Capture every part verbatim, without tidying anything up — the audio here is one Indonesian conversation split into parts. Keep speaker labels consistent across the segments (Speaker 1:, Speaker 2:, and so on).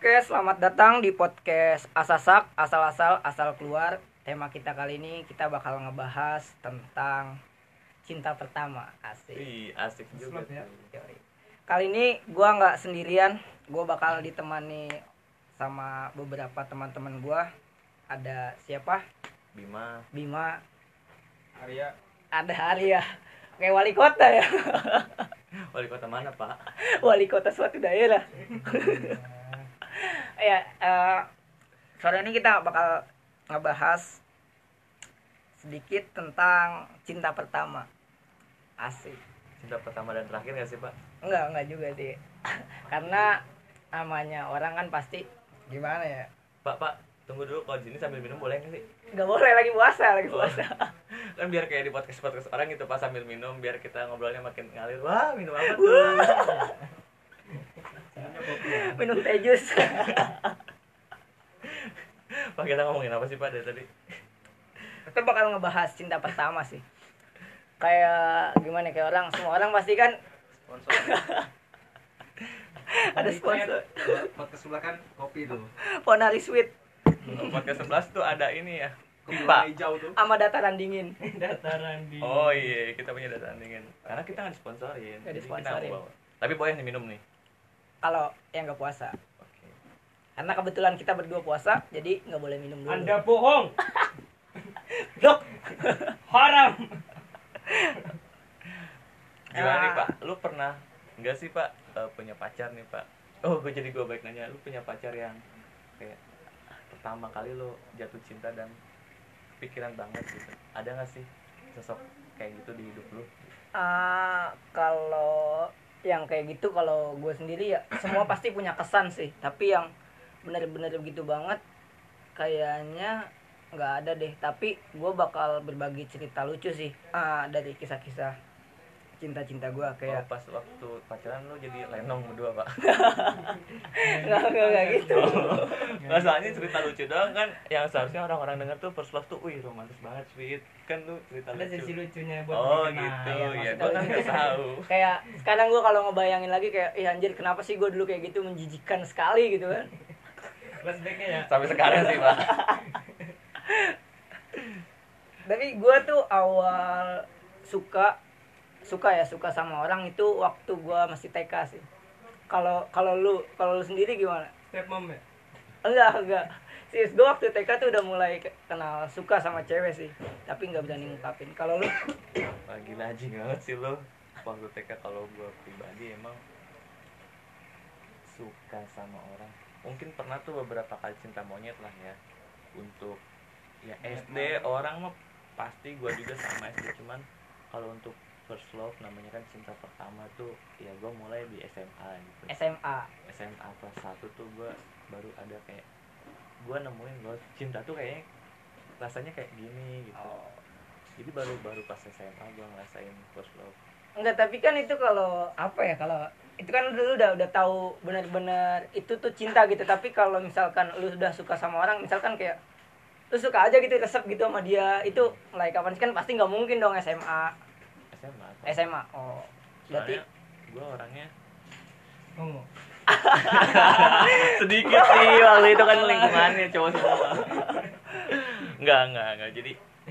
Speaker 1: Oke, selamat datang di podcast Asasak, asal-asal, asal keluar. Tema kita kali ini kita bakal ngebahas tentang cinta pertama. Asik.
Speaker 2: Ih, asik juga
Speaker 1: Ya.
Speaker 2: tuh.
Speaker 1: Yoi. Kali ini gua nggak sendirian, gua bakal ditemani sama beberapa teman-teman gua. Ada siapa?
Speaker 2: Bima,
Speaker 1: Bima,
Speaker 3: Arya.
Speaker 1: ada Arya. Kayak wali kota ya.
Speaker 2: wali kota mana pak?
Speaker 1: Wali kota suatu daerah. Ya, eh, sore ini kita bakal ngebahas sedikit tentang cinta pertama. Asik.
Speaker 2: Cinta pertama dan terakhir nggak sih pak?
Speaker 1: Enggak, enggak juga sih. Karena namanya orang kan pasti gimana ya?
Speaker 2: Pak, pak, tunggu dulu, kalau di sini sambil minum boleh nggak sih?
Speaker 1: Enggak boleh, lagi puasa, lagi
Speaker 2: Oh.
Speaker 1: puasa.
Speaker 2: Kan biar kayak di podcast podcast orang gitu pas sambil minum, biar kita ngobrolnya makin ngalir. Wah, minum apa tuh?
Speaker 1: Minum teh jus.
Speaker 2: Pak, kita ngomongin apa sih pak dari tadi?
Speaker 1: Kita bakal ngebahas cinta pertama sih. Kayak gimana, kayak orang, semua orang pasti kan
Speaker 3: Sponsor.
Speaker 1: ada sponsor.
Speaker 3: Podcast sebelah kan kopi tuh.
Speaker 1: Ponari Sweet
Speaker 2: Podcast sebelas tuh ada ini ya.
Speaker 3: Kopi
Speaker 2: Pipa.
Speaker 3: hijau tuh.
Speaker 1: sama dataran dingin.
Speaker 3: Dataran di.
Speaker 2: Oh iya, kita punya dataran dingin. Karena kita nggak disponsorin.
Speaker 1: Nggak
Speaker 2: jadi
Speaker 1: disponsorin.
Speaker 2: kita bawa. Tapi boleh nih minum nih.
Speaker 1: Kalau yang nggak puasa.
Speaker 2: Oke.
Speaker 1: Karena kebetulan kita berdua puasa, jadi nggak boleh minum dulu.
Speaker 3: Anda bohong.
Speaker 1: Blok.
Speaker 3: Haram.
Speaker 2: Gimana nih
Speaker 1: Ah.
Speaker 2: pak? Lu pernah nggak sih pak eh, punya pacar nih pak? Oh, gue jadi gue baik nanya. Lu punya pacar yang kayak pertama kali lu jatuh cinta dan pikiran banget gitu? Ada nggak sih sosok kayak gitu di hidup lu?
Speaker 1: Ah, kalau yang kayak gitu, kalau gue sendiri ya semua pasti punya kesan sih. Tapi yang bener-bener begitu banget kayaknya nggak ada deh. Tapi gue bakal berbagi cerita lucu sih, ah, dari kisah-kisah cinta-cinta gue kayak.
Speaker 2: Oh, pas waktu pacaran lu jadi lenong berdua pak?
Speaker 1: nggak nggak nggak gitu.
Speaker 2: Masalahnya cerita lucu doang kan, yang seharusnya orang-orang denger tuh first love tuh, wih romantis banget, sweet. Kan tuh cerita
Speaker 3: Ada
Speaker 2: lucu.
Speaker 3: sisi lucunya buat
Speaker 2: Oh
Speaker 3: dikenal.
Speaker 2: gitu,
Speaker 1: ya,
Speaker 2: ya
Speaker 1: maksudnya
Speaker 2: gue kan
Speaker 1: lucu.
Speaker 2: nggak tahu.
Speaker 1: Kayak sekarang gue kalau ngebayangin lagi kayak, ih anjir, kenapa sih gue dulu kayak gitu, menjijikan sekali gitu kan.
Speaker 3: Flashbacknya ya.
Speaker 2: Sampai sekarang sih pak.
Speaker 1: Tapi gue tuh awal suka suka ya suka sama orang itu waktu gue masih T K sih. Kalau kalau lu kalau lu sendiri gimana?
Speaker 3: Step mom ya.
Speaker 1: Enggak enggak. Serius, gue waktu T K tuh udah mulai ke- kenal suka sama cewek sih. Tapi nggak berani ngungkapin. Kalau lu?
Speaker 2: Wah, gila anjing banget sih lo. Waktu T K kalau gue pribadi emang suka sama orang. Mungkin pernah tuh beberapa kali cinta monyet lah ya. Untuk ya S D orang mah pasti gue juga sama S D, cuman kalau untuk first love namanya kan cinta pertama tuh ya gue mulai di S M A gitu.
Speaker 1: S M A.
Speaker 2: S M A kelas satu tuh gue baru ada kayak gue nemuin gue cinta tuh kayaknya rasanya kayak gini gitu.
Speaker 1: Oh.
Speaker 2: Jadi baru baru pas S M A gue ngerasain first love.
Speaker 1: Enggak, tapi kan itu kalau apa ya, kalau itu kan dulu udah udah tahu benar-benar itu tuh cinta gitu. Tapi kalau misalkan lu sudah suka sama orang, misalkan kayak lu suka aja gitu, resep gitu sama dia, itu mulai kapan sih? Kan pasti nggak mungkin dong S M A.
Speaker 2: S M A
Speaker 1: S M A. Oh. Berarti
Speaker 2: soalnya gue orangnya
Speaker 3: Ngomong.
Speaker 2: sedikit sih waktu itu kan lingkungannya cowok semua. Enggak, enggak, enggak. Jadi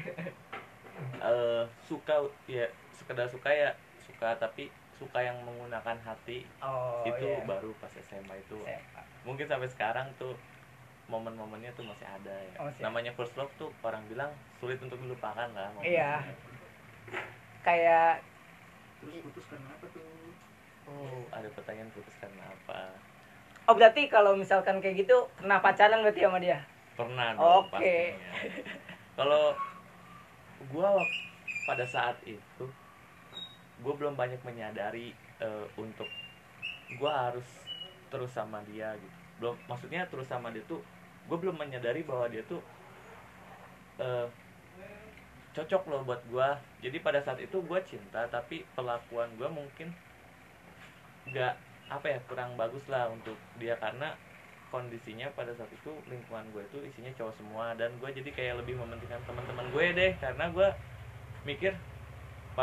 Speaker 2: eh suka ya sekedar suka ya suka, tapi suka yang menggunakan hati
Speaker 1: oh
Speaker 2: itu
Speaker 1: iya.
Speaker 2: baru pas S M A itu.
Speaker 1: S M A.
Speaker 2: Mungkin sampai sekarang tuh momen-momennya tuh masih ada ya.
Speaker 1: Oh, masih ada.
Speaker 2: Namanya first love tuh orang bilang sulit untuk dilupakan lah momennya.
Speaker 1: Iya. Kayak
Speaker 3: Terus putus karena apa tuh?
Speaker 2: Oh, ada pertanyaan putus karena apa?
Speaker 1: oh berarti kalau misalkan kayak gitu pernah pacaran berarti sama dia?
Speaker 2: Pernah dong.
Speaker 1: Oke.
Speaker 2: Pastinya. Kalau gua wak- pada saat itu gua belum banyak menyadari eh, untuk gua harus terus sama dia gitu. Belum, maksudnya terus sama dia tuh gua belum menyadari bahwa dia tuh eh, cocok loh buat gua. Jadi pada saat itu gua cinta, tapi perlakuan gua mungkin nggak apa ya, kurang bagus lah untuk dia, karena kondisinya pada saat itu lingkungan gue itu isinya cowok semua, dan gue jadi kayak lebih mementingkan teman-teman gue deh, karena gue mikir pas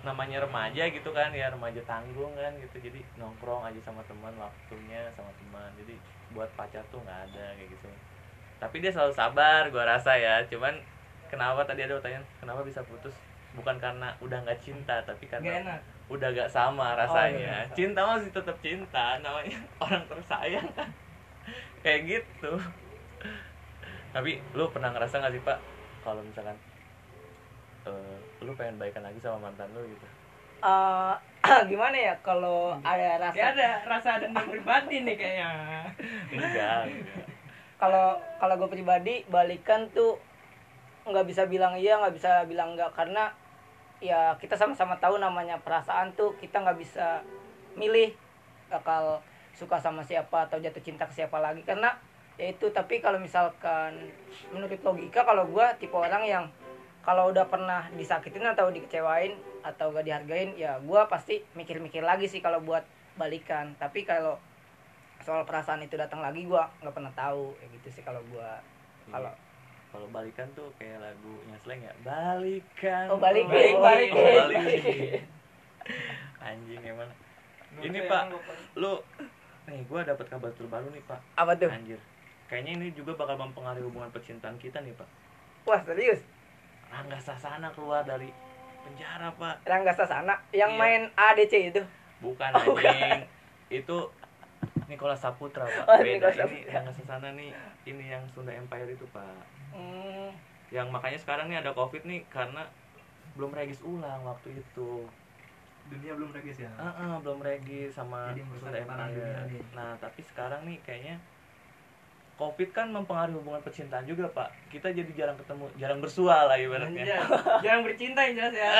Speaker 2: namanya remaja gitu kan ya, remaja tanggung kan gitu, jadi nongkrong aja sama teman, waktunya sama teman, jadi buat pacar tuh nggak ada kayak gitu. Tapi dia selalu sabar gua rasa ya, cuman kenapa tadi ada pertanyaan kenapa bisa putus, bukan karena udah nggak cinta tapi
Speaker 3: Gak
Speaker 2: karena
Speaker 3: enak.
Speaker 2: udah gak sama
Speaker 1: udah
Speaker 2: rasanya.
Speaker 1: nggak sama.
Speaker 2: Cinta masih tetap cinta, namanya orang tersayang kan kayak gitu. Tapi lu pernah ngerasa gak sih Pak kalau misalkan uh, lu pengen baikan lagi sama mantan lu gitu?
Speaker 1: Eh, gimana ya kalau ada rasa
Speaker 3: Ya ada rasa dendam pribadi nih kayaknya.
Speaker 2: Enggak, enggak.
Speaker 1: kalau kalau gue pribadi balikan tuh nggak bisa bilang iya nggak bisa bilang enggak, karena ya kita sama-sama tahu namanya perasaan tuh kita nggak bisa milih bakal suka sama siapa atau jatuh cinta ke siapa lagi, karena ya itu. Tapi kalau misalkan menurut logika, kalau gue tipe orang yang kalau udah pernah disakitin atau dikecewain atau gak dihargain, ya gue pasti mikir-mikir lagi sih kalau buat balikan. Tapi kalau soal perasaan itu datang lagi, gue nggak pernah tahu ya gitu sih kalau gue. Kalau
Speaker 2: Kalau balikan tuh kayak lagunya Slang ya, balikan.
Speaker 1: Oh, balikin,
Speaker 2: balikin,
Speaker 1: balikin,
Speaker 2: balikin.
Speaker 1: balikin.
Speaker 2: Anjing emang.
Speaker 3: Menurut
Speaker 2: Ini
Speaker 3: saya
Speaker 2: Pak,
Speaker 3: emang bukan-
Speaker 2: lu nih gua dapat kabar terbaru nih Pak.
Speaker 1: Apa tuh?
Speaker 2: Anjir. Kayaknya ini juga bakal mempengaruhi hubungan percintaan kita nih Pak.
Speaker 1: Wah, serius?
Speaker 2: Rangga Sasana keluar dari penjara Pak.
Speaker 1: Rangga Sasana yang
Speaker 2: Iya.
Speaker 1: main A D C itu.
Speaker 2: Bukan
Speaker 1: Oh,
Speaker 2: anjing. Itu Nicholas Saputra Pak.
Speaker 1: Oh,
Speaker 2: Beda.
Speaker 1: Nicholas
Speaker 2: Ini
Speaker 1: Saputra.
Speaker 2: Rangga Sasana nih, ini yang Sunda Empire itu Pak.
Speaker 1: Hmm,
Speaker 2: Yang makanya sekarang nih ada Covid nih karena belum regis ulang waktu itu.
Speaker 3: dunia belum regis ya.
Speaker 2: Heeh, belum regis sama
Speaker 3: Jadi merusak
Speaker 2: Sunda
Speaker 3: tatanan
Speaker 2: Empire.
Speaker 3: dunia nih.
Speaker 2: Nah, tapi sekarang nih kayaknya Covid kan mempengaruhi hubungan percintaan juga, Pak. Kita jadi jarang ketemu, jarang bersua lah ibaratnya.
Speaker 3: Anjay, jangan bercinta yang jelas ya.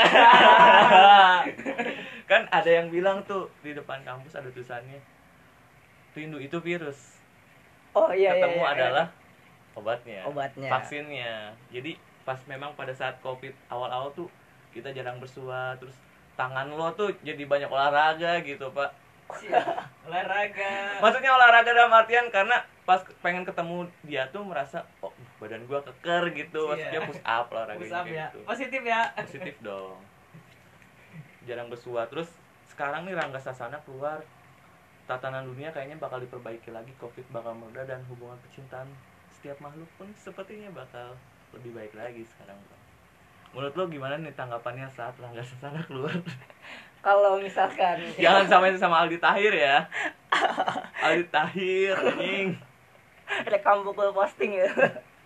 Speaker 2: Kan ada yang bilang tuh di depan kampus ada tulisannya, rindu itu virus.
Speaker 1: Oh iya iya.
Speaker 2: Ketemu
Speaker 1: iya,
Speaker 2: adalah obatnya,
Speaker 1: Obatnya.
Speaker 2: vaksinnya. Jadi pas memang pada saat Covid awal-awal tuh kita jarang bersua, terus tangan lo tuh jadi banyak olahraga gitu, Pak.
Speaker 3: Siap. Olahraga.
Speaker 2: Maksudnya olahraga dalam artian karena pas pengen ketemu dia tuh merasa oh badan gua keker gitu, maksudnya
Speaker 3: Iya.
Speaker 2: push up olahraga
Speaker 3: Push up
Speaker 2: kayak
Speaker 3: ya.
Speaker 2: gitu.
Speaker 3: Positif ya.
Speaker 2: Positif dong. Jarang bersua. Terus sekarang nih Rangga Sasana keluar, tatanan dunia kayaknya bakal diperbaiki lagi, Covid bakal mereda dan hubungan percintaan setiap makhluk pun sepertinya bakal lebih baik lagi sekarang, Bang. Menurut lo gimana nih tanggapannya saat Rangga Sasana keluar?
Speaker 1: Kalau misalkan
Speaker 2: Jangan samain sama Aldi Tahir ya. Aldi Tahir anjing.
Speaker 1: rekam buku posting ya.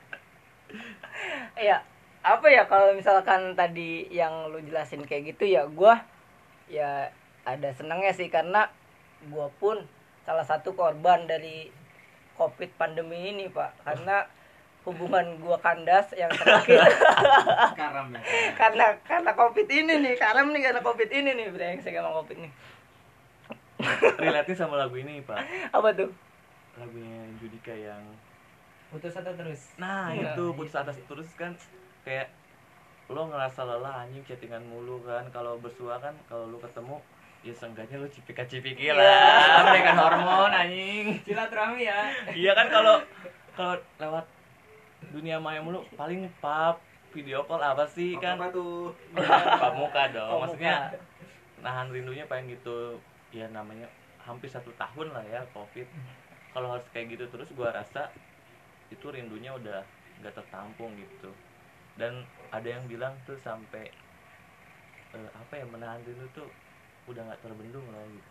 Speaker 1: Ya, apa ya kalau misalkan tadi yang lu jelasin kayak gitu, ya gua ya ada senangnya sih, karena gua pun salah satu korban dari Covid pandemi ini, Pak. Karena hubungan gua kandas yang terakhir
Speaker 3: Karam ya.
Speaker 1: karena karena Covid ini nih, karam nih karena Covid ini nih, brengsek emang Covid nih.
Speaker 2: Relate sama lagu ini, Pak.
Speaker 1: Apa tuh?
Speaker 2: Lagunya Judika yang
Speaker 3: Putus atau terus?
Speaker 2: nah
Speaker 1: Iya,
Speaker 2: itu putus atas terus kan, kayak lo ngerasa lelah anjing chattingan mulu kan, kalau bersua kan kalau lo ketemu ya seenggaknya lo cipika-cipiki
Speaker 1: Iya.
Speaker 2: lah, berikan hormon anjing.
Speaker 3: Silaturahmi ya.
Speaker 2: Iya kan, kalau kalau lewat dunia maya mulu paling pap video call apa sih kan,
Speaker 3: Apa tuh?
Speaker 2: pap muka dong,
Speaker 1: Oh,
Speaker 2: maksudnya
Speaker 1: muka.
Speaker 2: nahan rindunya pengen gitu ya, namanya hampir satu tahun lah ya Covid. Kalau harus kayak gitu terus gua rasa itu rindunya udah nggak tertampung gitu. Dan ada yang bilang tuh sampai eh, apa ya, menahan rindu tuh udah nggak terbendung lah gitu.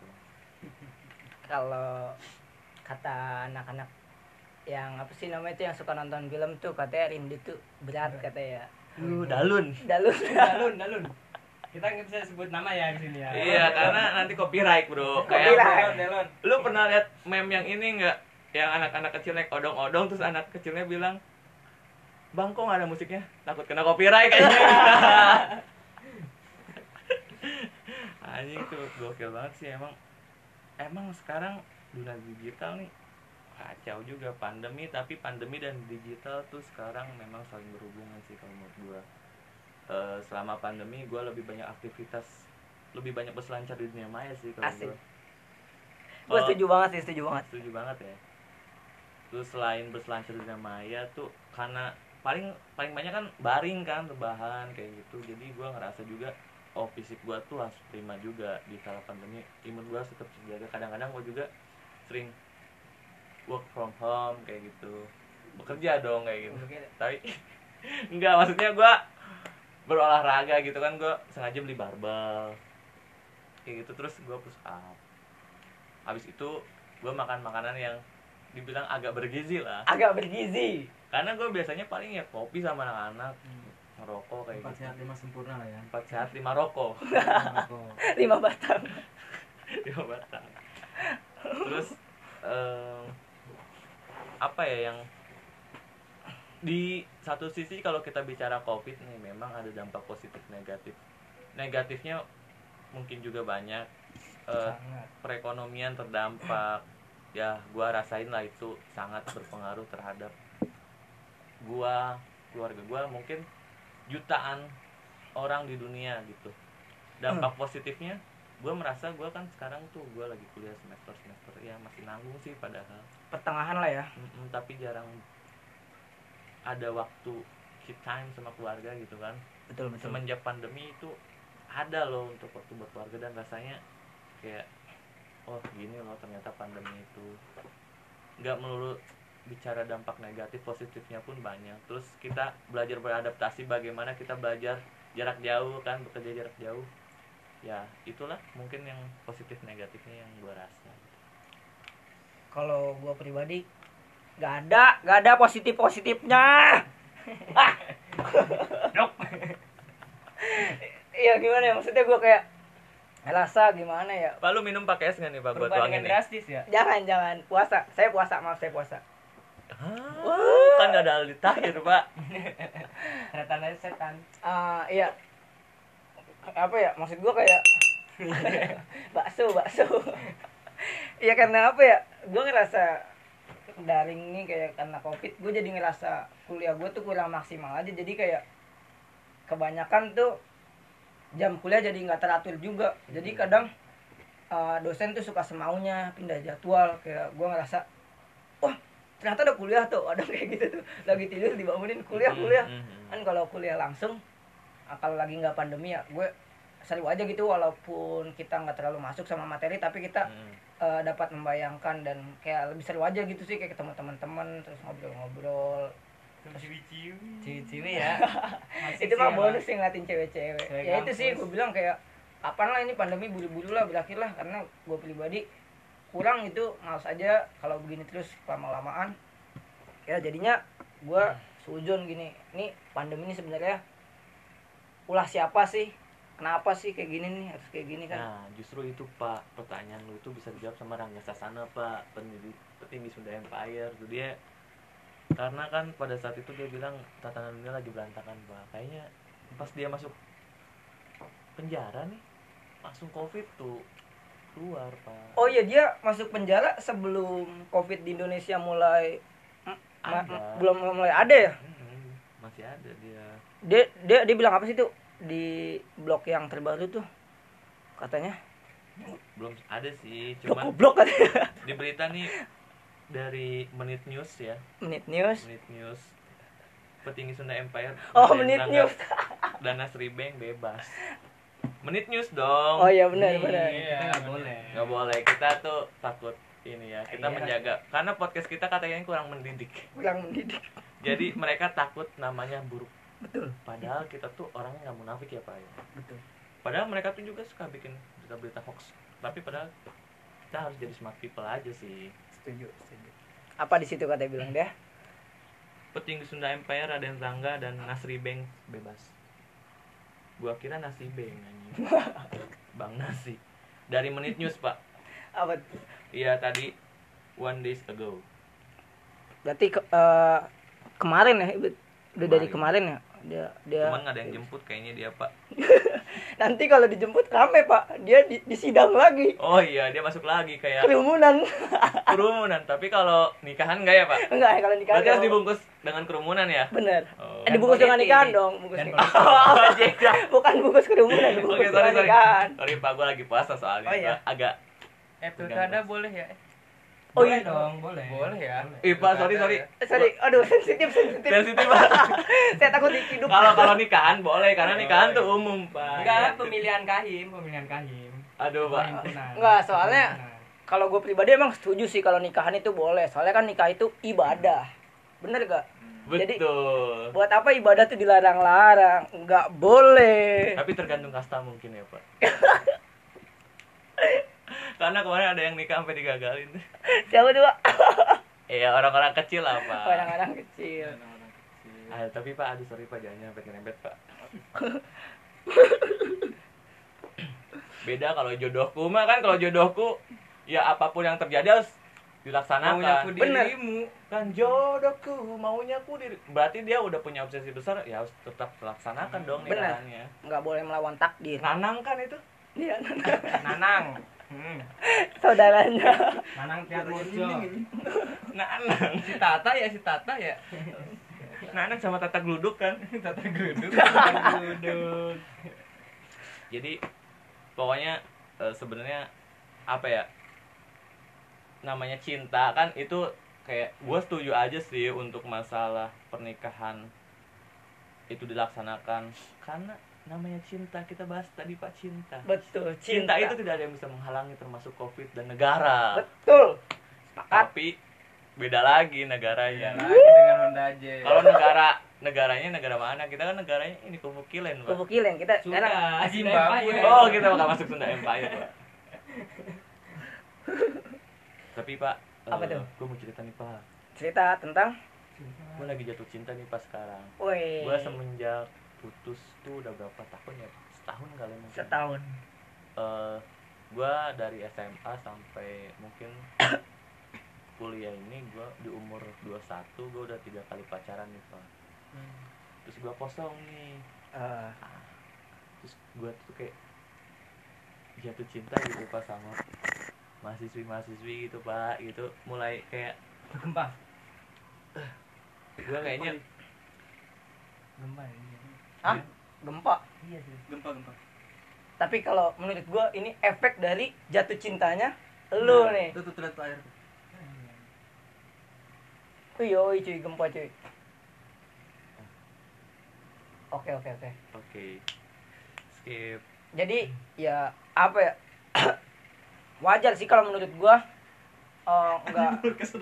Speaker 1: Kalau kata anak-anak yang apa sih namanya itu yang suka nonton film tuh, katanya rindu tuh berat katanya.
Speaker 2: Lu dalun.
Speaker 1: Dalu.
Speaker 3: Dalun, dalun. Kita nggak bisa sebut nama ya di sini ya.
Speaker 2: Iya, karena nanti copyright, Bro.
Speaker 1: Copyright.
Speaker 2: Kayak
Speaker 3: Dalun, dalun.
Speaker 2: lu pernah lihat meme yang ini nggak? Yang anak-anak kecil naik odong-odong terus anak kecilnya bilang, "Bang, kok nggak ada musiknya? Takut kena copyright kayaknya." Anjing tuh gokil banget sih emang. Emang sekarang dunia digital nih kacau juga, pandemi, tapi pandemi dan digital tuh sekarang memang saling berhubungan sih kalau menurut gua. Eh, selama pandemi gua lebih banyak aktivitas, lebih banyak berselancar di dunia maya sih kalau
Speaker 1: Asik.
Speaker 2: gua.
Speaker 1: Gue
Speaker 2: Kalau-
Speaker 1: setuju banget sih, setuju banget.
Speaker 2: setuju banget ya. Terus selain berselancar di dunia maya tuh karena paling paling banyak kan baring kan, rebahan kayak gitu. Jadi gua ngerasa juga oh fisik gue tuh harus prima juga di kala pandemi, imun gue harus tetap terjaga. Kadang-kadang gue juga sering work from home kayak gitu, bekerja dong kayak gitu. Tapi enggak, maksudnya gue berolahraga gitu kan, gue sengaja beli barbel kayak gitu, terus gue push up. Habis itu gue makan makanan yang dibilang agak bergizi lah,
Speaker 1: Agak bergizi.
Speaker 2: karena gue biasanya paling ya kopi sama anak-anak, ngerokok kayak
Speaker 3: Empat
Speaker 2: gitu.
Speaker 3: sehat lima sempurna lah ya.
Speaker 2: Empat sehat lima rokok.
Speaker 3: Rokok.
Speaker 1: Lima batang.
Speaker 2: Lima batang. Terus em, apa ya yang di satu sisi kalau kita bicara COVID nih memang ada dampak positif negatif. Negatifnya mungkin juga banyak. Eh,
Speaker 1: Sangat.
Speaker 2: perekonomian terdampak. Ya, gua rasain lah itu sangat berpengaruh terhadap gua, keluarga gua, mungkin jutaan orang di dunia gitu. Dampak positifnya, gua merasa gua kan sekarang tuh gua lagi kuliah semester semester ya masih nanggung sih padahal.
Speaker 1: Pertengahan lah ya.
Speaker 2: Mm-mm, tapi jarang ada waktu keep time sama keluarga gitu kan.
Speaker 1: Betul betul.
Speaker 2: Semenjak pandemi itu ada loh untuk waktu buat keluarga, dan rasanya kayak oh gini loh ternyata pandemi itu nggak melulu bicara dampak negatif, positifnya pun banyak. Terus kita belajar beradaptasi, bagaimana kita belajar jarak jauh kan, bekerja jarak jauh ya, itulah mungkin yang positif negatifnya yang gue rasa.
Speaker 1: Kalau gua pribadi nggak ada nggak ada positif positifnya.
Speaker 3: Dok.
Speaker 1: Iya gimana ya, maksudnya gua kayak rasa gimana ya.
Speaker 2: Pak, lu minum pakai es nggak nih Pak, buat
Speaker 3: Perbandingan
Speaker 2: tuangin nih?
Speaker 3: drastis ya.
Speaker 1: Jangan jangan puasa. Saya puasa, maaf saya puasa.
Speaker 2: Ah, kan nggak ada Aldi Tahir Pak.
Speaker 3: Tanda setan.
Speaker 1: Ah iya. Apa ya, maksud gua kayak bakso bakso. Iya karena apa ya, gua ngerasa daring nih kayak karena covid, gue jadi ngerasa kuliah gue tuh kurang maksimal aja, jadi kayak kebanyakan tuh jam kuliah jadi nggak teratur juga, jadi kadang uh, dosen tuh suka semaunya pindah jadwal, kayak gue ngerasa wah ternyata ada kuliah tuh, ada kayak gitu tuh, lagi tidur dibangunin kuliah kuliah. Kan kalau kuliah langsung, kalau lagi nggak pandemi ya gue seru aja gitu, walaupun kita nggak terlalu masuk sama materi tapi kita
Speaker 2: Hmm.
Speaker 1: uh, dapat membayangkan dan kayak lebih seru aja gitu sih, kayak ketemu teman-teman terus ngobrol-ngobrol.
Speaker 3: Ciwi-ciwi. Ciwi-ciwi ya.
Speaker 1: Itu mah bonus sih ngeliatin cewek-cewek.
Speaker 3: Cewek
Speaker 1: Ya itu sih
Speaker 3: kampus.
Speaker 1: gue bilang kayak kapan lah ini pandemi buru-buru lah berakhir lah, karena gue pribadi kurang itu, males aja kalau begini terus lama-lamaan. Ya jadinya gue sujun gini, ini pandemi ini sebenarnya ulah siapa sih? Kenapa sih kayak gini nih, harus kayak gini kan?
Speaker 2: Nah, justru itu Pak, pertanyaan lu itu bisa dijawab sama Rangga Sasana Pak, pendidik petinggi Sunda Empire. Tuh dia, karena kan pada saat itu dia bilang tatanan dunia lagi berantakan Pak. Kayaknya pas dia masuk penjara nih, langsung covid tuh keluar Pak.
Speaker 1: Oh iya, dia masuk penjara sebelum covid di Indonesia mulai ma-
Speaker 2: Ada.
Speaker 1: belum mulai ada ya?
Speaker 2: Hmm, masih ada dia.
Speaker 1: Dia dia dia bilang apa sih tuh di blog yang terbaru tuh katanya?
Speaker 2: Belum ada sih,
Speaker 1: Blog
Speaker 2: cuman
Speaker 1: goblok katanya.
Speaker 2: di berita nih dari Menit News ya.
Speaker 1: Menit News.
Speaker 2: Menit News, petinggi Sunda Empire
Speaker 1: Oh,
Speaker 2: dan
Speaker 1: Menit
Speaker 2: Rangga
Speaker 1: News.
Speaker 2: dan Nasri Bank bebas. Menit News dong.
Speaker 1: Oh iya benar benar.
Speaker 3: Kita nggak boleh.
Speaker 2: Nggak boleh, kita tuh takut ini ya, kita
Speaker 1: Iya.
Speaker 2: menjaga, karena podcast kita katanya kurang mendidik.
Speaker 1: Kurang mendidik.
Speaker 2: Jadi mereka takut namanya buruk.
Speaker 1: Betul.
Speaker 2: Padahal kita tuh orangnya nggak munafik ya Pak ya.
Speaker 1: Betul.
Speaker 2: Padahal mereka tuh juga suka bikin berita-berita hoax. Tapi padahal kita harus jadi smart people aja sih.
Speaker 1: Setuju, setuju. Apa di situ katanya bilang dia?
Speaker 2: Petinggi Sunda Empire Raden Rangga dan Nasri Bank bebas. Gua kira Nasi Bank anjing. Bang Nasi. Dari Menit News Pak.
Speaker 1: Apa?
Speaker 2: Iya tadi one days ago.
Speaker 1: Berarti ke, eh, kemarin ya, Ibu? Udah dari
Speaker 2: Kemarin.
Speaker 1: kemarin ya. Dia dia
Speaker 2: Cuman nggak ada yang jemput kayaknya dia Pak.
Speaker 1: Nanti kalau dijemput rame, Pak. Dia di, di sidang lagi.
Speaker 2: Oh iya dia masuk lagi kayak
Speaker 1: Kerumunan.
Speaker 2: kerumunan. Tapi kalau nikahan nggak ya Pak?
Speaker 1: Enggak ya kalau nikah.
Speaker 2: Berarti harus dibungkus dengan kerumunan ya?
Speaker 1: Bener.
Speaker 2: Oh.
Speaker 1: Eh, dibungkus dengan
Speaker 3: politik.
Speaker 1: nikahan dong, bungkus
Speaker 3: Dan
Speaker 1: nikahan.
Speaker 2: Oh, jeda.
Speaker 1: Bukan bungkus kerumunan, bungkus
Speaker 2: Oke, sorry,
Speaker 1: dengan
Speaker 2: sorry.
Speaker 1: nikahan.
Speaker 2: Sorry Pak, gue lagi puasa soalnya.
Speaker 1: Oh, iya.
Speaker 2: Gua agak
Speaker 3: Eh pilkada boleh ya?
Speaker 1: Oh
Speaker 3: Boleh
Speaker 1: iya.
Speaker 3: dong, boleh.
Speaker 4: Boleh ya.
Speaker 2: Ih Pak, sorry sorry.
Speaker 1: Eh, sorry, aduh sensitif sensitif.
Speaker 2: Sensitif Pak.
Speaker 1: Saya takut diciduk.
Speaker 2: Kalau kalau nikahan boleh karena
Speaker 4: Oh,
Speaker 2: nikahan tuh
Speaker 4: iya.
Speaker 2: umum Pak.
Speaker 3: Enggak, pemilihan kahim, pemilihan kahim.
Speaker 2: Aduh
Speaker 3: Ketua
Speaker 2: Pak.
Speaker 3: himpunan.
Speaker 1: Enggak, soalnya
Speaker 3: Himpunan.
Speaker 1: kalau gue pribadi emang setuju sih kalau nikahan itu boleh. Soalnya kan nikah itu ibadah. Bener gak? Jadi
Speaker 2: Betul.
Speaker 1: buat apa ibadah tuh dilarang-larang? Nggak boleh.
Speaker 2: Tapi tergantung kasta mungkin ya Pak. Karena kemarin ada yang nikah sampai digagalin.
Speaker 1: Siapa tuh, Pak?
Speaker 2: Iya orang-orang kecil lah Pak.
Speaker 1: Orang-orang kecil.
Speaker 4: Orang-orang kecil.
Speaker 2: Ah, tapi Pak, aduh sorry Pak, jangan nyampe nyerempet Pak. Beda kalau jodohku mah kan, kalau jodohku ya apapun yang terjadi harus dilaksanakan.
Speaker 4: Maunya aku
Speaker 1: Bener.
Speaker 4: dirimu.
Speaker 2: Kan jodohku maunya ku diri. Berarti dia udah punya obsesi besar, ya harus tetap dilaksanakan dong
Speaker 1: Bener.
Speaker 2: nikahannya.
Speaker 1: Nggak boleh melawan takdir.
Speaker 2: Nanang kan itu.
Speaker 1: Dia
Speaker 3: Nanang. Hmm.
Speaker 1: saudaranya.
Speaker 3: Nanang Tiat Murjo.
Speaker 2: Nanang.
Speaker 4: Si Tata ya, si Tata ya.
Speaker 2: Nanang sama Tata Gluduk kan.
Speaker 4: Tata geruduk.
Speaker 3: Duduk.
Speaker 2: Jadi pokoknya eh, sebenarnya apa ya, namanya cinta kan itu kayak gue setuju aja sih untuk masalah pernikahan itu dilaksanakan karena namanya cinta. Kita bahas tadi Pak, cinta
Speaker 1: Betul.
Speaker 2: cinta itu tidak ada yang bisa menghalangi termasuk covid dan negara.
Speaker 1: Betul. Sepakat.
Speaker 2: Tapi beda lagi
Speaker 4: Ya
Speaker 2: negaranya.
Speaker 4: lagi dengan Honda aja.
Speaker 2: Kalau negara negaranya negara mana, kita kan negaranya ini Kufukilen Pak.
Speaker 1: Kubu Kilen kita
Speaker 3: Sudah,
Speaker 1: sekarang
Speaker 4: Zimbabwe.
Speaker 3: Zimbabwe.
Speaker 2: Oh, kita bakal masuk Sunda Empire, Pak. Tapi Pak,
Speaker 1: Apa tuh?
Speaker 2: Gue mau cerita nih Pak.
Speaker 1: cerita tentang
Speaker 2: Gue lagi jatuh cinta nih Pak sekarang.
Speaker 1: woi
Speaker 2: Gue semenjak putus tuh udah berapa tahun ya? Setahun kali mungkin.
Speaker 1: setahun.
Speaker 2: Eh, gue dari S M A sampai mungkin kuliah ini gue di umur dua puluh satu gue udah tiga kali pacaran nih Pak. Terus gue kosong nih.
Speaker 1: Eh,
Speaker 2: Terus gue tuh kayak jatuh cinta gitu Pak sama mahasiswi-mahasiswi gitu Pak, gitu mulai kayak
Speaker 3: Gempa.
Speaker 2: gue kayaknya
Speaker 3: Gempa ya.
Speaker 1: Hah? Gempa.
Speaker 3: Iya sih.
Speaker 4: Gempa gempa.
Speaker 1: Tapi kalau menurut gua ini efek dari jatuh cintanya lu
Speaker 2: Nah,
Speaker 1: nih.
Speaker 4: Itu tuh tuh air tuh.
Speaker 1: Wih, yoi cuy, gempa cuy. Oke, oke, oke.
Speaker 2: oke skip.
Speaker 1: Jadi ya apa ya? Wajar sih kalau menurut gua. Oh, enggak.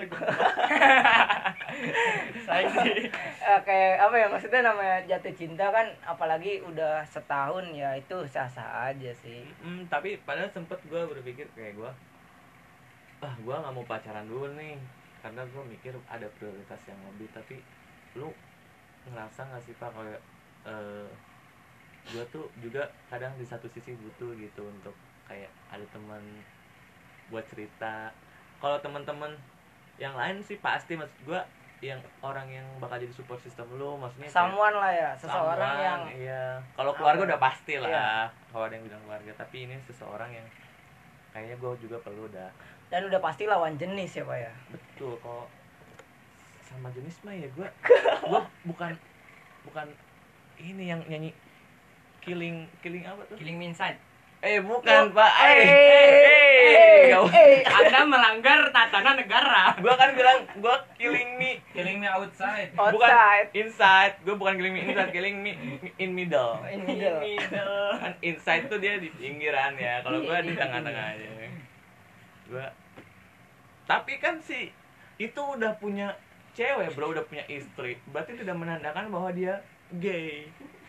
Speaker 3: Saya sih.
Speaker 1: Eh, kayak apa ya, maksudnya namanya jatuh cinta kan apalagi udah setahun ya itu sah-sah aja sih.
Speaker 2: Hmm, tapi padahal sempet gue berpikir kayak gue, ah gue nggak mau pacaran dulu nih, karena gue mikir ada prioritas yang lebih. Tapi lu ngerasa nggak sih Pak kayak eh gue tuh juga kadang di satu sisi butuh gitu untuk kayak ada teman buat cerita. Kalau teman-teman yang lain sih pasti, maksud gue yang orang yang bakal jadi support system lu, maksudnya kayak
Speaker 1: Someone lah ya, seseorang
Speaker 2: someone,
Speaker 1: yang
Speaker 2: iya. Kalau keluarga
Speaker 1: apa?
Speaker 2: udah pasti lah.
Speaker 1: Iya.
Speaker 2: Kalau ada yang bilang keluarga, tapi ini seseorang yang kayaknya gue juga perlu dah.
Speaker 1: dan udah pasti lawan jenis ya, Pak ya.
Speaker 2: Betul. Kalau sama jenis mah ya gue gue bukan bukan ini yang nyanyi killing killing apa tuh?
Speaker 3: Killing me inside.
Speaker 2: Eh bukan
Speaker 1: Oh,
Speaker 2: Pak. Eh,
Speaker 1: eh,
Speaker 2: eh,
Speaker 1: eh,
Speaker 2: eh.
Speaker 1: eh.
Speaker 3: Anda melanggar tatanan negara.
Speaker 2: Gue kan bilang gue killing me
Speaker 4: Killing me outside.
Speaker 2: bukan
Speaker 1: Outside.
Speaker 2: inside. Gue bukan killing me inside, killing me in middle.
Speaker 1: In middle.
Speaker 2: Kan inside tuh dia di pinggiran ya. Kalau gue di tengah-tengah aja. Gue tapi kan si itu udah punya cewek bro, udah punya istri, berarti tidak menandakan bahwa dia gay.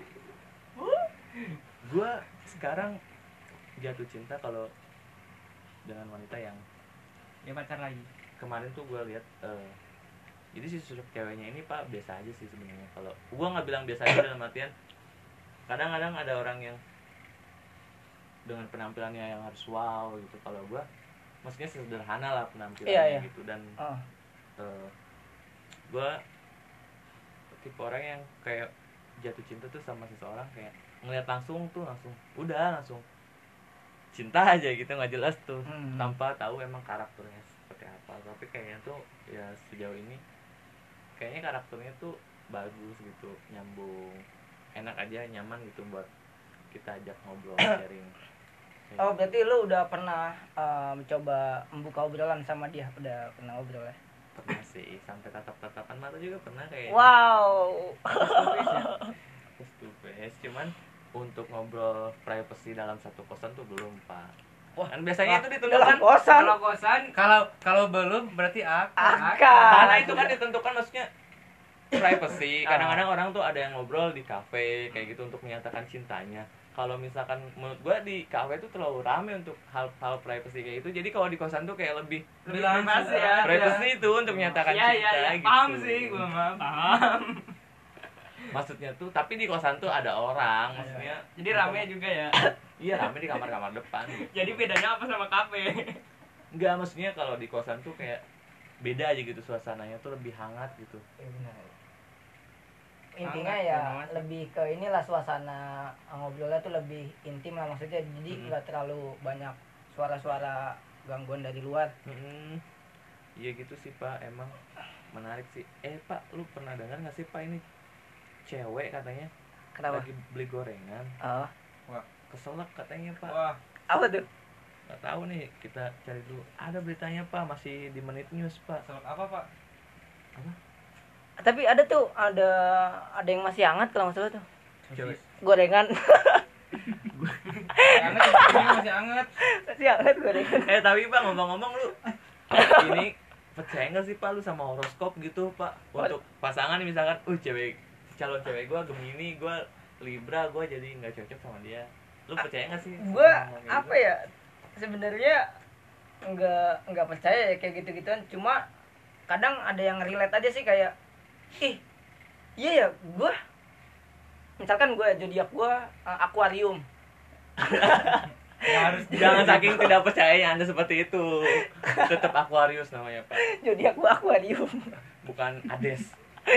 Speaker 2: Gue sekarang jatuh cinta kalau dengan wanita yang
Speaker 3: Dia pacar lagi.
Speaker 2: kemarin tuh gue lihat eh, jadi si sosok ceweknya ini Pak biasa aja sih sebenarnya. Kalau gue nggak bilang biasa aja dalam artian kadang-kadang ada orang yang dengan penampilannya yang harus wow gitu. Kalau gue maksudnya sederhana lah penampilannya.
Speaker 1: Iya, iya.
Speaker 2: Gitu. Dan
Speaker 1: Oh.
Speaker 2: uh, gue tipe orang yang kayak jatuh cinta tuh sama seseorang kayak ngeliat langsung tuh langsung udah langsung cinta aja gitu, nggak jelas tuh
Speaker 1: Hmm.
Speaker 2: tanpa tahu emang karakternya seperti apa. Tapi kayaknya tuh ya sejauh ini kayaknya karakternya tuh bagus gitu, nyambung, enak aja, nyaman gitu buat kita ajak ngobrol sharing. Kayak
Speaker 1: Oh berarti lu udah pernah uh, mencoba membuka obrolan sama dia, udah pernah ngobrol ya?
Speaker 2: pernah sih, sampai tatap-tatapan mata juga pernah kayak
Speaker 1: Wow.
Speaker 2: face to face, cuman untuk ngobrol privacy dalam satu kosan tuh belum, Pak.
Speaker 4: Wah,
Speaker 2: Kan biasanya
Speaker 1: Wah,
Speaker 2: itu
Speaker 1: dalam
Speaker 2: ditentukan
Speaker 1: kosan.
Speaker 3: Kalau kosan
Speaker 4: Kalau kalau belum berarti akan.
Speaker 1: Akan.
Speaker 2: karena itu kan ditentukan maksudnya privacy. Kadang-kadang orang tuh ada yang ngobrol di kafe kayak gitu untuk menyatakan cintanya. Kalau misalkan menurut gua di kafe tuh terlalu rame untuk hal-hal privacy kayak gitu. Jadi kalau di kosan tuh kayak lebih
Speaker 3: lebih bebas ya.
Speaker 2: privacy itu untuk menyatakan
Speaker 3: Iya
Speaker 2: cinta
Speaker 3: iya iya,
Speaker 2: gitu.
Speaker 3: paham sih gua mah, paham.
Speaker 2: Maksudnya tuh tapi di kosan tuh ada orang, maksudnya
Speaker 3: Jadi rame juga ya.
Speaker 2: iya rame di kamar-kamar depan gitu.
Speaker 3: Jadi bedanya apa sama kafe?
Speaker 2: Enggak, maksudnya kalau di kosan tuh kayak beda aja gitu suasananya tuh lebih hangat gitu.
Speaker 1: Iya benar. Intinya
Speaker 3: Hangat,
Speaker 1: ya
Speaker 3: benar, Mas.
Speaker 1: lebih ke inilah suasana ngobrolnya tuh lebih intim lah maksudnya, jadi
Speaker 2: Mm-mm.
Speaker 1: nggak terlalu banyak suara-suara gangguan dari luar.
Speaker 2: Mm-mm. Iya gitu sih Pak, emang menarik sih. Eh Pak, lu pernah dengar nggak sih Pak ini cewek katanya
Speaker 1: Kenapa?
Speaker 2: lagi beli gorengan,
Speaker 1: Oh,
Speaker 2: keselak katanya Pak.
Speaker 4: Wah,
Speaker 1: apa tuh?
Speaker 2: Nggak tahu nih, kita cari dulu. Ada beritanya Pak, masih di Menit News Pak.
Speaker 4: selok apa, Pak?
Speaker 1: Tapi ada tuh, ada ada yang masih hangat kalau nggak salah tuh.
Speaker 2: Cewek.
Speaker 1: Gorengan.
Speaker 4: Masih anget, ini masih anget.
Speaker 1: Masih hangat gorengan.
Speaker 2: Eh tapi Pak, ngomong-ngomong lu ini percaya nggak sih Pak lu sama horoskop gitu Pak? Untuk pasangan nih, misalkan, uh cewek calon cewek gua Gemini, gua Libra, gua jadi nggak cocok sama dia. Lu percaya nggak sih?
Speaker 1: Gue
Speaker 2: sama kayak
Speaker 1: apa
Speaker 2: gitu?
Speaker 1: ya? Sebenarnya nggak nggak percaya ya kayak gitu-gituan. Cuma kadang ada yang relate aja sih, kayak ih iya ya gue, misalkan gue zodiak gue uh, akuarium.
Speaker 4: Ya, harus
Speaker 2: Jangan saking tidak percayanya Anda seperti itu. Tetap Aquarius namanya Pak,
Speaker 1: Zodiak gue akuarium.
Speaker 2: bukan Hades.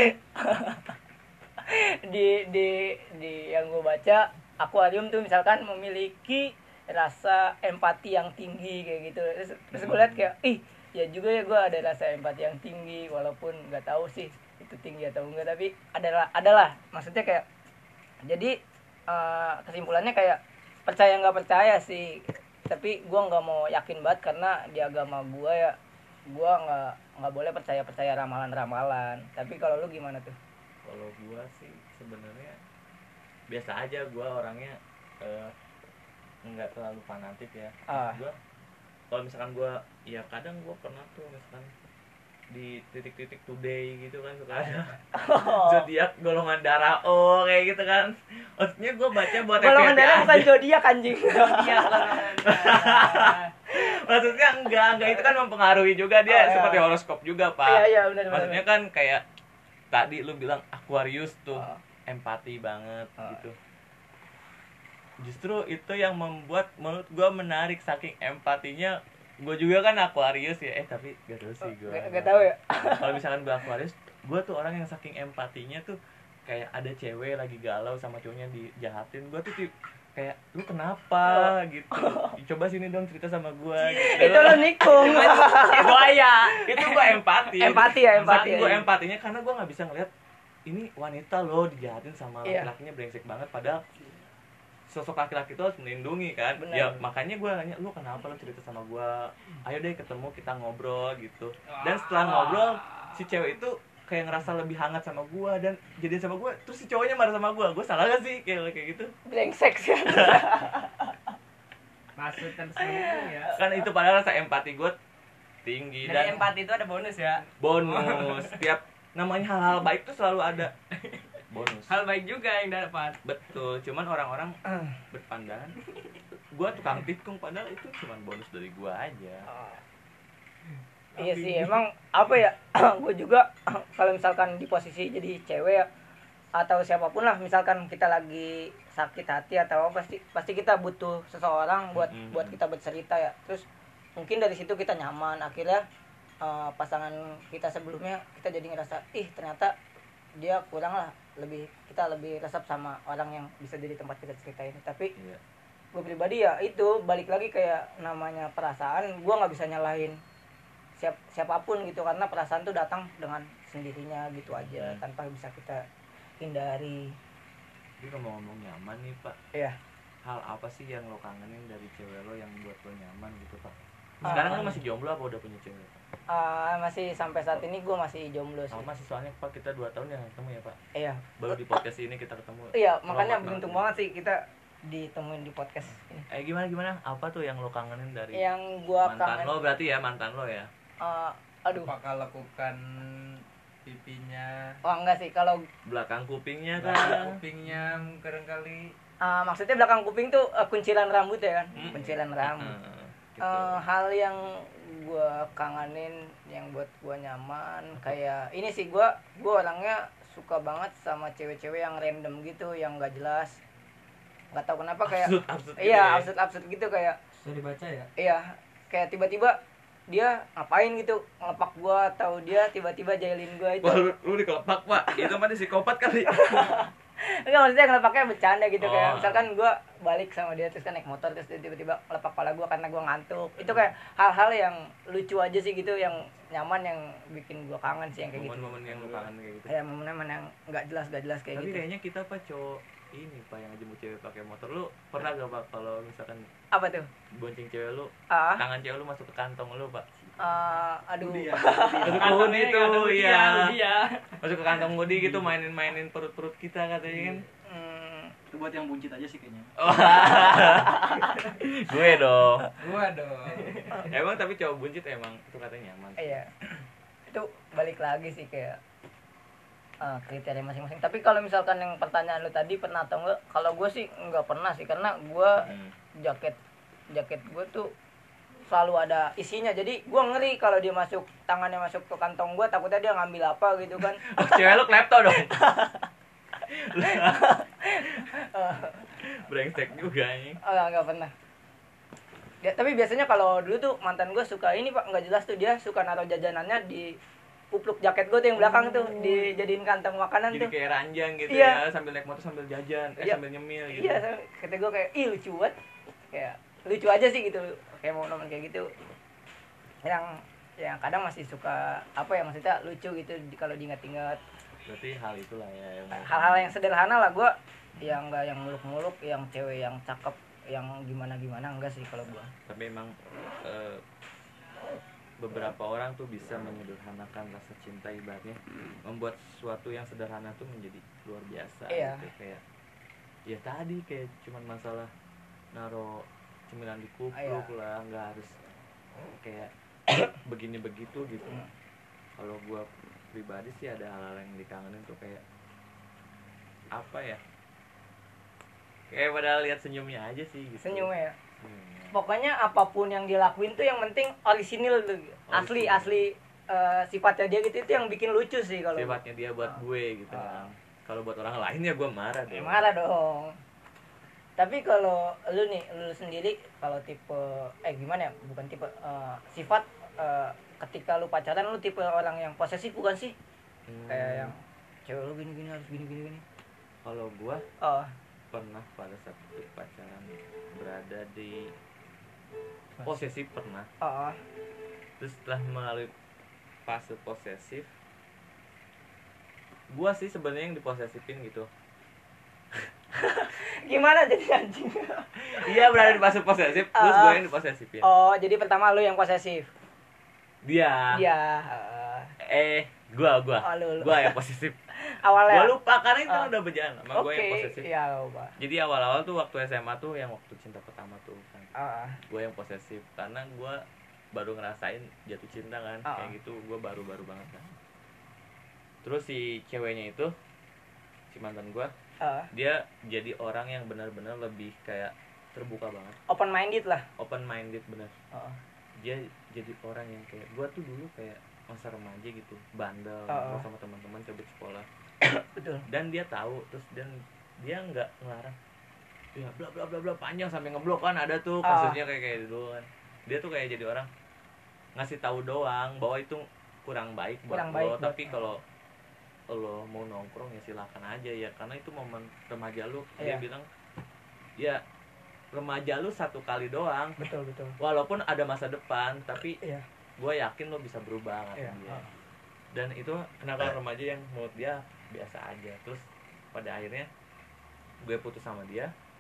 Speaker 1: di di di yang gue baca, akuarium tuh misalkan memiliki rasa empati yang tinggi kayak gitu. Terus, terus gue liat kayak ih ya juga ya, gue ada rasa empati yang tinggi, walaupun nggak tahu sih itu tinggi atau enggak, tapi adalah adalah maksudnya kayak, jadi uh, kesimpulannya kayak percaya nggak percaya sih, tapi gue nggak mau yakin banget karena di agama gue ya gue nggak nggak boleh percaya percaya ramalan-ramalan. Tapi kalau lu gimana tuh?
Speaker 2: Kalau gua sih sebenarnya biasa aja, gua orangnya eh, nggak terlalu fanatik ya.
Speaker 1: Ah.
Speaker 2: Gua kalau misalkan gua ya kadang gua pernah tuh misalkan di titik-titik today gitu kan suka ada zodiak golongan darah O kayak gitu kan. Maksudnya gua baca buat
Speaker 1: Golongan
Speaker 2: F Y P
Speaker 1: darah bukan
Speaker 2: aja.
Speaker 1: zodiak anjing.
Speaker 3: Iya, golongan darah.
Speaker 2: Maksudnya enggak, enggak itu kan mempengaruhi juga dia
Speaker 1: Oh, iya.
Speaker 2: seperti horoskop juga, Pak.
Speaker 1: Iya iya benar benar.
Speaker 2: Maksudnya kan kayak tadi lu bilang Aquarius tuh
Speaker 1: Oh.
Speaker 2: empati banget
Speaker 1: Oh.
Speaker 2: gitu. Justru itu yang membuat menurut gua menarik, saking empatinya. Gua juga kan Aquarius ya, eh tapi gak tahu sih gua.
Speaker 1: Gak, gak tahu ya.
Speaker 2: Kalau misalkan gua Aquarius, gua tuh orang yang saking empatinya tuh kayak ada cewek lagi galau sama cowoknya dijahatin, gua tuh tip, kayak lu kenapa gitu. Coba sini dong cerita sama gua gitu.
Speaker 1: Itu lo nikung.
Speaker 2: Buaya. Itu gua empati.
Speaker 1: Empati ya, empati.
Speaker 2: Saking gua empatinya karena gua nggak bisa ngeliat ini wanita loh dijahatin sama
Speaker 1: Iya.
Speaker 2: laki-lakinya brengsek banget, padahal sosok laki-laki itu harus melindungi kan.
Speaker 1: Benar.
Speaker 2: Ya makanya gue nanya, lu kenapa lu cerita sama gue, ayo deh ketemu kita ngobrol gitu. Dan setelah ngobrol si cewek itu kayak ngerasa lebih hangat sama gue dan jadian sama gue, terus si cowoknya marah sama gue. Gue salah gak sih kayak kayak gitu?
Speaker 1: Brengsek sih.
Speaker 3: Maksud tersembunyi ya.
Speaker 2: Kan itu padahal rasa empati gue tinggi.
Speaker 3: Dari
Speaker 2: Dan
Speaker 3: empati itu ada bonus ya.
Speaker 2: bonus setiap namanya hal-hal baik tuh selalu ada bonus.
Speaker 3: Hal baik juga yang dapat.
Speaker 2: Betul, cuman orang-orang berpandangan gua tukang tikung, padahal itu cuman bonus dari gua aja.
Speaker 1: Iya sih, emang apa ya? Gue juga kalau misalkan di posisi jadi cewek ya, atau siapapun lah, misalkan kita lagi sakit hati atau apa, pasti pasti kita butuh seseorang buat
Speaker 2: Mm-mm.
Speaker 1: buat kita bercerita ya. Terus mungkin dari situ kita nyaman, akhirnya eh, pasangan kita sebelumnya kita jadi ngerasa ih ternyata dia kurang lah, lebih kita lebih resep sama orang yang bisa jadi tempat kita ceritain. Tapi
Speaker 2: Iya.
Speaker 1: gue pribadi ya itu balik lagi kayak namanya perasaan, gue nggak bisa nyalahin siap siapapun gitu, karena perasaan tuh datang dengan sendirinya gitu aja,
Speaker 2: Hmm.
Speaker 1: tanpa bisa kita hindari.
Speaker 2: Jadi ngomong-ngomong nyaman nih Pak,
Speaker 1: Iya.
Speaker 2: hal apa sih yang lo kangenin dari cewek lo yang buat lo nyaman gitu Pak? Sekarang
Speaker 1: Ah.
Speaker 2: lo masih jomblo apa udah punya cewek Pak?
Speaker 1: Ah, masih sampai saat ini gue masih jomblo sih.
Speaker 2: Sama sih soalnya Pak kita dua tahun ya ketemu ya Pak.
Speaker 1: Iya.
Speaker 2: Baru di podcast ini kita ketemu.
Speaker 1: Iya,
Speaker 2: Selamat
Speaker 1: makanya
Speaker 2: banget.
Speaker 1: beruntung banget sih kita ditemuin di podcast ini.
Speaker 2: Eh gimana gimana? Apa tuh yang lo kangenin dari
Speaker 1: Yang gua
Speaker 2: mantan
Speaker 1: kangen,
Speaker 2: lo berarti ya mantan lo ya?
Speaker 1: eh, aduh,
Speaker 4: Apakah lakukan pipinya,
Speaker 1: oh enggak sih kalau
Speaker 2: Belakang kupingnya
Speaker 4: belakang
Speaker 2: kan?
Speaker 4: kupingnya barangkali.
Speaker 1: eh, maksudnya belakang kuping tuh eh, kuncilan rambut ya kan,
Speaker 2: Hmm.
Speaker 1: kuncilan rambut.
Speaker 2: Heeh, gitu.
Speaker 1: Eh, hal yang gua kangenin yang buat gua nyaman kayak ini sih, gua gua orangnya suka banget sama cewek-cewek yang random gitu, yang nggak jelas, nggak tahu kenapa kayak
Speaker 2: Absurd, absurd gitu
Speaker 1: iya
Speaker 2: ya?
Speaker 1: absurd absurd gitu kayak
Speaker 3: Sudah dibaca ya?
Speaker 1: iya kayak tiba-tiba dia ngapain gitu ngelepak gua atau dia tiba-tiba jailin gua itu.
Speaker 2: Wah, lu, lu dikelepak Pak, itu mah dia psikopat kali.
Speaker 1: Enggak, maksudnya ngelepaknya bercanda gitu.
Speaker 2: Oh.
Speaker 1: Kayak misalkan gua balik sama dia terus kan naik motor terus dia tiba-tiba ngelepak kepala gua karena gua ngantuk. Itu kayak hal-hal yang lucu aja sih gitu, yang nyaman, yang bikin gua kangen sih yang kayak gitu.
Speaker 2: Momen-momen yang lu kangen kayak gitu.
Speaker 1: Kayak momen-momen yang nggak jelas nggak jelas kayak
Speaker 2: Tapi
Speaker 1: gitu.
Speaker 2: kayaknya kita Pak cowok ini Pak yang jemput cewek pakai motor. Lu pernah gak Pak kalau misalkan
Speaker 1: Apa tuh?
Speaker 2: bonceng cewek lu,
Speaker 1: Ah,
Speaker 2: tangan cewek lu masuk ke kantong lu Pak?
Speaker 1: ah, aduh.
Speaker 2: Masuk ke hoodie tuh, iya.
Speaker 3: Iya.
Speaker 2: Masuk ke kantong hoodie gitu, mainin-mainin perut-perut kita katanya kan.
Speaker 1: Hmm,
Speaker 5: Itu buat yang buncit aja sih kayaknya.
Speaker 2: Gue dong.
Speaker 4: Gua dong.
Speaker 2: Emang tapi cowok buncit emang itu katanya nyaman.
Speaker 1: iya. Itu balik lagi sih kayak ah, kriteria masing-masing. Tapi kalau misalkan yang pertanyaan lu tadi pernah atau enggak? Kalau gue sih nggak pernah sih, karena gue
Speaker 2: Hmm.
Speaker 1: jaket jaket gue tuh selalu ada isinya, jadi gue ngeri kalau dia masuk tangannya masuk ke kantong gue, takutnya dia ngambil apa gitu kan.
Speaker 2: Cewek lu klepto dong. Brengsek juga anjing.
Speaker 1: Oh, nggak pernah. Ya, tapi biasanya kalau dulu tuh mantan gue suka ini Pak, nggak jelas tuh, dia suka naruh jajanannya di kupluk jaket gue tuh yang belakang tuh, dijadiin kantong makanan
Speaker 2: Jadi
Speaker 1: tuh.
Speaker 2: kayak ranjang gitu
Speaker 1: Iya.
Speaker 2: ya, sambil naik motor sambil jajan, eh
Speaker 1: Iya.
Speaker 2: sambil nyemil gitu.
Speaker 1: Iya, saya- kata gue kayak ih lucu banget, kayak lucu aja sih gitu, kayak mau momen kayak gitu. Yang yang kadang masih suka apa ya, maksudnya lucu gitu di- kalau diingat-ingat.
Speaker 2: Berarti hal itulah ya yang
Speaker 1: Hal-hal yang sederhana lah gue, yang enggak yang muluk-muluk, yang cewek yang cakep, yang gimana-gimana, enggak sih kalau gue.
Speaker 2: tapi emang eh, beberapa orang tuh bisa menyederhanakan rasa cinta, ibaratnya membuat sesuatu yang sederhana tuh menjadi luar biasa.
Speaker 1: Iya.
Speaker 2: Gitu. Kayak ya tadi kayak cuman masalah naro cemilan di kupluk
Speaker 1: Iya.
Speaker 2: lah, nggak harus kayak begini begitu gitu.
Speaker 1: Hmm.
Speaker 2: Kalau gua pribadi sih ada hal-hal yang dikangenin tuh kayak apa ya, kayak padahal lihat senyumnya aja sih gitu.
Speaker 1: Senyumnya ya.
Speaker 2: Senyumnya.
Speaker 1: Pokoknya apapun yang dilakuin tuh yang penting orisinil tuh, asli
Speaker 2: Orisinil.
Speaker 1: asli eh, sifatnya dia gitu, itu yang bikin lucu sih kalau.
Speaker 2: Sifatnya dia buat gue gitu
Speaker 1: Ah.
Speaker 2: kan. Kalau buat orang lain ya gue marah deh.
Speaker 1: Ya, marah dong. Tapi kalau lu nih, lu sendiri kalau tipe eh gimana ya? Bukan tipe eh, sifat eh, ketika lu pacaran lu tipe orang yang posesif bukan sih?
Speaker 2: Hmm,
Speaker 1: Kayak yang cewek lu gini-gini harus gini-gini gini.
Speaker 2: kalau gue
Speaker 1: Oh,
Speaker 2: pernah pada saat itu pacaran berada di posesif pernah.
Speaker 1: oh.
Speaker 2: Terus setelah melalui fase posesif, gue sih sebenarnya yang diposesifin gitu.
Speaker 1: Gimana jadi anjing?
Speaker 2: Iya berada di fase posesif, terus
Speaker 1: Ah.
Speaker 2: gue yang diposesifin.
Speaker 1: Oh, jadi pertama lu yang posesif.
Speaker 2: Dia.
Speaker 1: Iya, heeh.
Speaker 2: Eh, gue gue
Speaker 1: Oh, lu, lu.
Speaker 2: gue yang posesif.
Speaker 1: Awalnya.
Speaker 2: Gue lupa karena itu
Speaker 1: Ah.
Speaker 2: udah berjalan lama. Gue yang posesif.
Speaker 1: Iya, lupa.
Speaker 2: Jadi awal-awal tuh waktu S M A tuh yang waktu cinta pertama tuh kan,
Speaker 1: Ah,
Speaker 2: gue yang posesif karena gue baru ngerasain jatuh cinta kan,
Speaker 1: Ah.
Speaker 2: kayak gitu gue baru-baru banget kan. Terus si ceweknya itu, si mantan gue,
Speaker 1: ah.
Speaker 2: dia jadi orang yang benar-benar lebih kayak terbuka banget,
Speaker 1: Open minded lah.
Speaker 2: open minded bener.
Speaker 1: Oh.
Speaker 2: Dia jadi orang yang kayak gue tuh dulu kayak masa remaja gitu, bandel,
Speaker 1: Ah.
Speaker 2: ngobrol sama teman-teman cabut sekolah,
Speaker 1: Betul.
Speaker 2: dan dia tahu, terus dan dia nggak ngelarang ya bla bla bla bla panjang sampai ngeblok kan, ada tuh
Speaker 1: Ah.
Speaker 2: kasusnya kayak kayak dulu kan. Dia tuh kayak jadi orang ngasih tahu doang bahwa itu kurang baik buat
Speaker 1: Kurang
Speaker 2: lo,
Speaker 1: baik buat-
Speaker 2: tapi kalau lo mau nongkrong ya silakan aja ya, karena itu momen remaja lu. Dia
Speaker 1: Iya.
Speaker 2: bilang ya remaja lu satu kali doang,
Speaker 1: Betul, betul.
Speaker 2: walaupun ada masa depan, tapi
Speaker 1: Iya.
Speaker 2: gue yakin lo bisa berubah kata
Speaker 1: Iya.
Speaker 2: dia.
Speaker 1: Ah.
Speaker 2: Dan itu kenapa remaja yang menurut dia biasa aja. Terus pada akhirnya gue putus sama dia,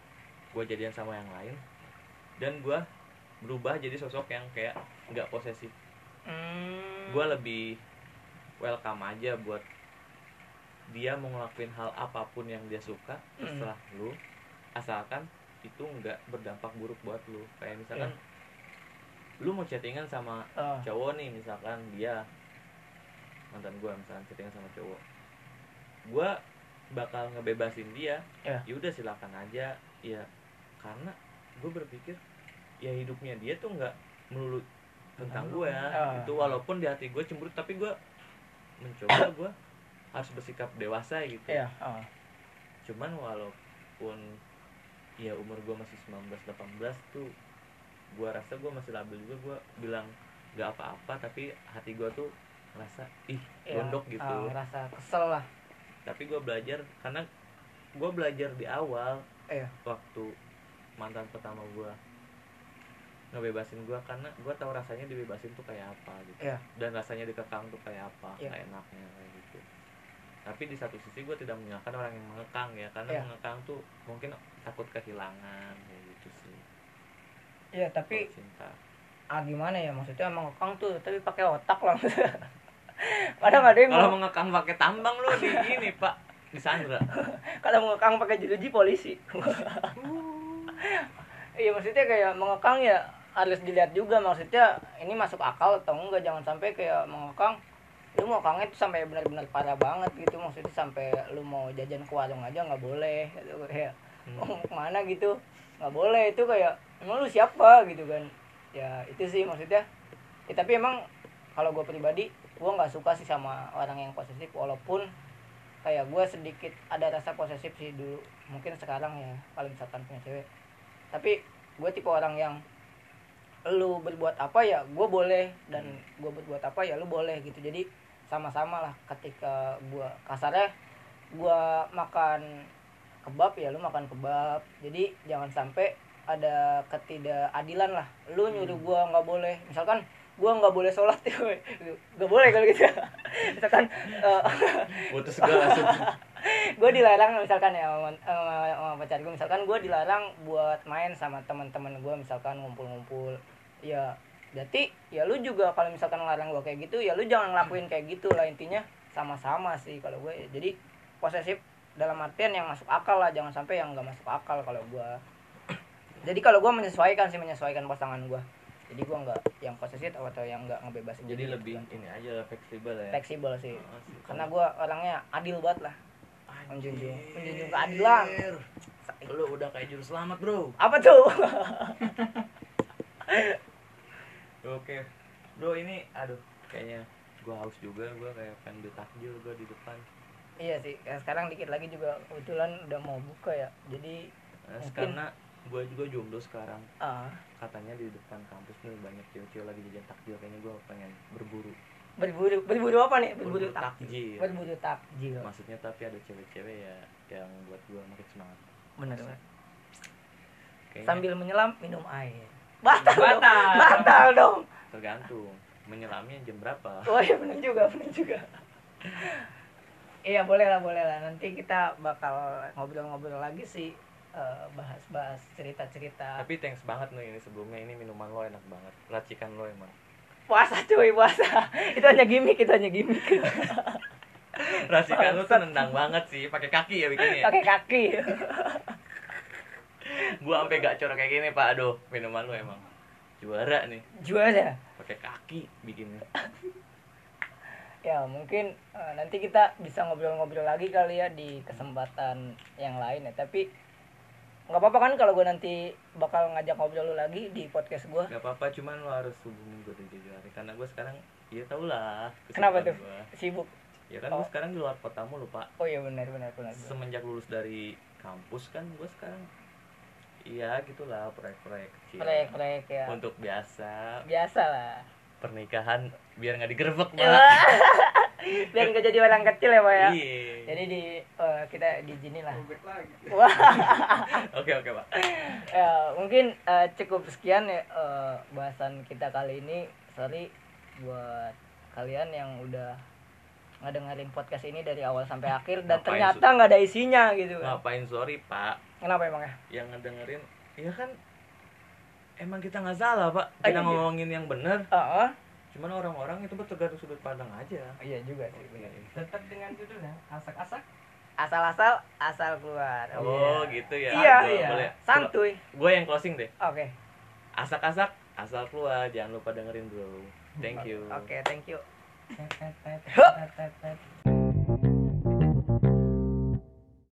Speaker 2: gue jadian sama yang lain, dan gue berubah jadi sosok yang kayak nggak posesif.
Speaker 1: Hmm.
Speaker 2: Gue lebih welcome aja buat dia mau ngelakuin hal apapun yang dia suka, terserah
Speaker 1: Hmm.
Speaker 2: lu, asalkan itu nggak berdampak buruk buat lu. Kayak misalkan lu mau chattingan sama
Speaker 1: Oh.
Speaker 2: cowok nih, misalkan dia mantan gue, misalkan chattingan sama cowok, gue bakal ngebebasin dia.
Speaker 1: Ya.
Speaker 2: Ya udah silakan aja ya, karena gue berpikir ya hidupnya dia tuh nggak melulu tentang gue ya.
Speaker 1: Oh.
Speaker 2: Itu walaupun di hati gue cemburu, tapi gue mencoba gue harus bersikap dewasa gitu.
Speaker 1: Iya. Oh.
Speaker 2: Cuman walaupun ya umur gue masih sembilan belas delapan belas tuh, gue rasa gue masih labil juga. Gue bilang nggak apa-apa, tapi hati gue tuh ngerasa ih
Speaker 1: Ya.
Speaker 2: gondok gitu.
Speaker 1: Oh, rasa kesel lah.
Speaker 2: Tapi gue belajar, karena gue belajar di awal
Speaker 1: Iya.
Speaker 2: waktu mantan pertama gue ngebebasin gue, karena gue tahu rasanya dibebasin tuh kayak apa gitu.
Speaker 1: Iya.
Speaker 2: Dan rasanya dikekang tuh kayak apa,
Speaker 1: Iya.
Speaker 2: kayak enaknya kayak gitu. Tapi di satu sisi gue tidak menyalahkan orang yang mengekang ya, karena
Speaker 1: Iya.
Speaker 2: mengekang tuh mungkin takut kehilangan kayak gitu sih.
Speaker 1: Iya, tapi
Speaker 2: Kalau cinta
Speaker 1: ah gimana ya, maksudnya emang ngekang tuh tapi pakai otak lah. Kadang ada yang
Speaker 2: kalau
Speaker 1: mau-
Speaker 2: mengekang pakai tambang lu di ini pak, di Sandra.
Speaker 1: kalau mengekang pakai jeruji polisi. Iya, maksudnya kayak mengekang ya harus dilihat juga, maksudnya ini masuk akal atau enggak. Jangan sampai kayak mengekang lu mau kangnya tuh sampai benar-benar parah banget gitu, maksudnya sampai lu mau jajan ke warung aja nggak boleh gitu, kayak
Speaker 2: Hmm.
Speaker 1: mau kemana gitu nggak boleh. Itu kayak emang lu siapa gitu kan. Ya itu sih maksudnya ya, tapi emang kalau gue pribadi gue nggak suka sih sama orang yang posesif, walaupun kayak gue sedikit ada rasa posesif sih dulu, mungkin sekarang ya kalau misalkan punya cewek. Tapi gue tipe orang yang lu berbuat apa ya gue boleh, dan gue berbuat apa ya lu boleh gitu. Jadi sama-sama lah, ketika gue kasarnya gue makan kebab ya lu makan kebab. Jadi jangan sampai ada ketidakadilan lah, lu nyuruh gue nggak boleh, misalkan gue nggak boleh sholat ya nggak boleh kalau gitu. Misalkan uh,
Speaker 2: Putus gue langsung.
Speaker 1: gue dilarang misalkan ya sama, sama, sama pacar gue, misalkan gue dilarang buat main sama teman-teman gue, misalkan ngumpul-ngumpul ya, berarti ya lu juga kalau misalkan ngelarang gue kayak gitu ya lu jangan ngelakuin kayak gitu lah. Intinya sama-sama sih kalau gue. Jadi posesif dalam artian yang masuk akal lah, jangan sampai yang nggak masuk akal kalau gue. Jadi kalau gue menyesuaikan sih, menyesuaikan pasangan gue. Jadi gue nggak yang posesif atau yang nggak ngebebasin.
Speaker 2: Jadi
Speaker 1: gitu
Speaker 2: lebih
Speaker 1: kan.
Speaker 2: ini aja lah, fleksibel ya.
Speaker 1: Fleksibel sih,
Speaker 2: Oh, sih.
Speaker 1: karena gue orangnya adil banget lah,
Speaker 2: Anjir.
Speaker 1: menjunjung menjunjung keadilan.
Speaker 2: Lu udah kayak juru selamat bro.
Speaker 1: Apa tuh?
Speaker 2: Oke bro, ini aduh kayaknya gue haus juga, gue kayak pengen beli takjil gue di depan.
Speaker 1: Iya sih, ya sekarang dikit lagi juga kebetulan udah mau buka ya. Jadi
Speaker 2: Nah,
Speaker 1: mungkin
Speaker 2: karena gue juga jomblo sekarang,
Speaker 1: ah
Speaker 2: katanya di depan kampus nih banyak cewek-cewek lagi jajan takjil, kayaknya gue pengen berburu.
Speaker 1: berburu berburu apa nih? Berburu
Speaker 2: Berburu
Speaker 1: takjil.
Speaker 2: takjil.
Speaker 1: Berburu takjil.
Speaker 2: Maksudnya tapi ada cewek-cewek ya yang buat gue makin semangat.
Speaker 1: Bener.
Speaker 2: Kayaknya
Speaker 1: Sambil menyelam minum air. Batal. dong.
Speaker 3: Batal.
Speaker 1: Batal dong.
Speaker 2: tergantung menyelamnya jam berapa.
Speaker 1: Oh iya bener juga, bener juga. Iya boleh lah, boleh lah. Nanti kita bakal ngobrol-ngobrol lagi sih, eh, bahas-bahas cerita-cerita.
Speaker 2: Tapi thanks banget nih ini sebelumnya, ini minuman lo enak banget, racikan lo emang.
Speaker 1: Puasa cuy, puasa. Itu hanya gimmick, itu hanya gimmick.
Speaker 2: Racikan lo tuh nendang banget sih, pakai kaki ya bikinnya.
Speaker 1: Pakai kaki.
Speaker 2: Gua sampai gak corok kayak gini pak, aduh minuman lo emang juara nih,
Speaker 1: Juara.
Speaker 2: pakai kaki bikinnya.
Speaker 1: Ya mungkin eh, nanti kita bisa ngobrol-ngobrol lagi kali ya di kesempatan yang lain ya. Tapi nggak apa-apa kan kalau gue nanti bakal ngajak ngobrol lu lagi di podcast gue.
Speaker 2: Gak apa-apa, cuman lo harus hubungin gue dari jauh hari, karena gue sekarang ya tau lah
Speaker 1: Kenapa
Speaker 2: kesibukan
Speaker 1: tuh?
Speaker 2: gua.
Speaker 1: Sibuk.
Speaker 2: Ya kan
Speaker 1: Oh.
Speaker 2: gue sekarang di luar kota mulu pak.
Speaker 1: Oh iya benar benar benar. benar.
Speaker 2: Semenjak lulus dari kampus kan gue sekarang iya gitulah, proyek-proyek kecil
Speaker 1: Proyek-proyek ya.
Speaker 2: untuk biasa
Speaker 1: Biasa lah.
Speaker 2: pernikahan biar nggak digerebek
Speaker 1: Ya.
Speaker 2: pak.
Speaker 1: Biar nggak jadi orang kecil ya pak ya.
Speaker 2: Iya.
Speaker 1: Jadi di eh, kita di sini lah.
Speaker 4: Robek lagi.
Speaker 1: Wah.
Speaker 2: Oke oke pak.
Speaker 1: Ya, mungkin eh, cukup sekian ya eh, bahasan kita kali ini. Sorry buat kalian yang udah ngedengerin podcast ini dari awal sampai akhir dan
Speaker 2: Ngapain,
Speaker 1: ternyata nggak ada isinya gitu kan.
Speaker 2: Ngapain sorry pak,
Speaker 1: Kenapa emang ya?
Speaker 2: yang ngedengerin ya kan emang kita nggak salah pak,
Speaker 1: Ah,
Speaker 2: kita
Speaker 1: iya.
Speaker 2: ngomongin yang bener,
Speaker 1: Heeh.
Speaker 2: cuman orang-orang itu tergantung sudut pandang aja.
Speaker 1: Iya juga sih, benar.
Speaker 3: Tetap dengan judulnya asak-asak.
Speaker 1: Asal-asal asal keluar.
Speaker 2: Oh
Speaker 3: Iya.
Speaker 2: gitu ya.
Speaker 1: Iya.
Speaker 2: Boleh,
Speaker 3: Iya.
Speaker 2: boleh.
Speaker 1: Santuy.
Speaker 2: Gue yang closing deh.
Speaker 1: Oke.
Speaker 2: Asak-asak asal keluar, jangan lupa dengerin bro. Thank you.
Speaker 1: Oke, thank you.
Speaker 3: Tet, tet, tet, tet, tet, tet.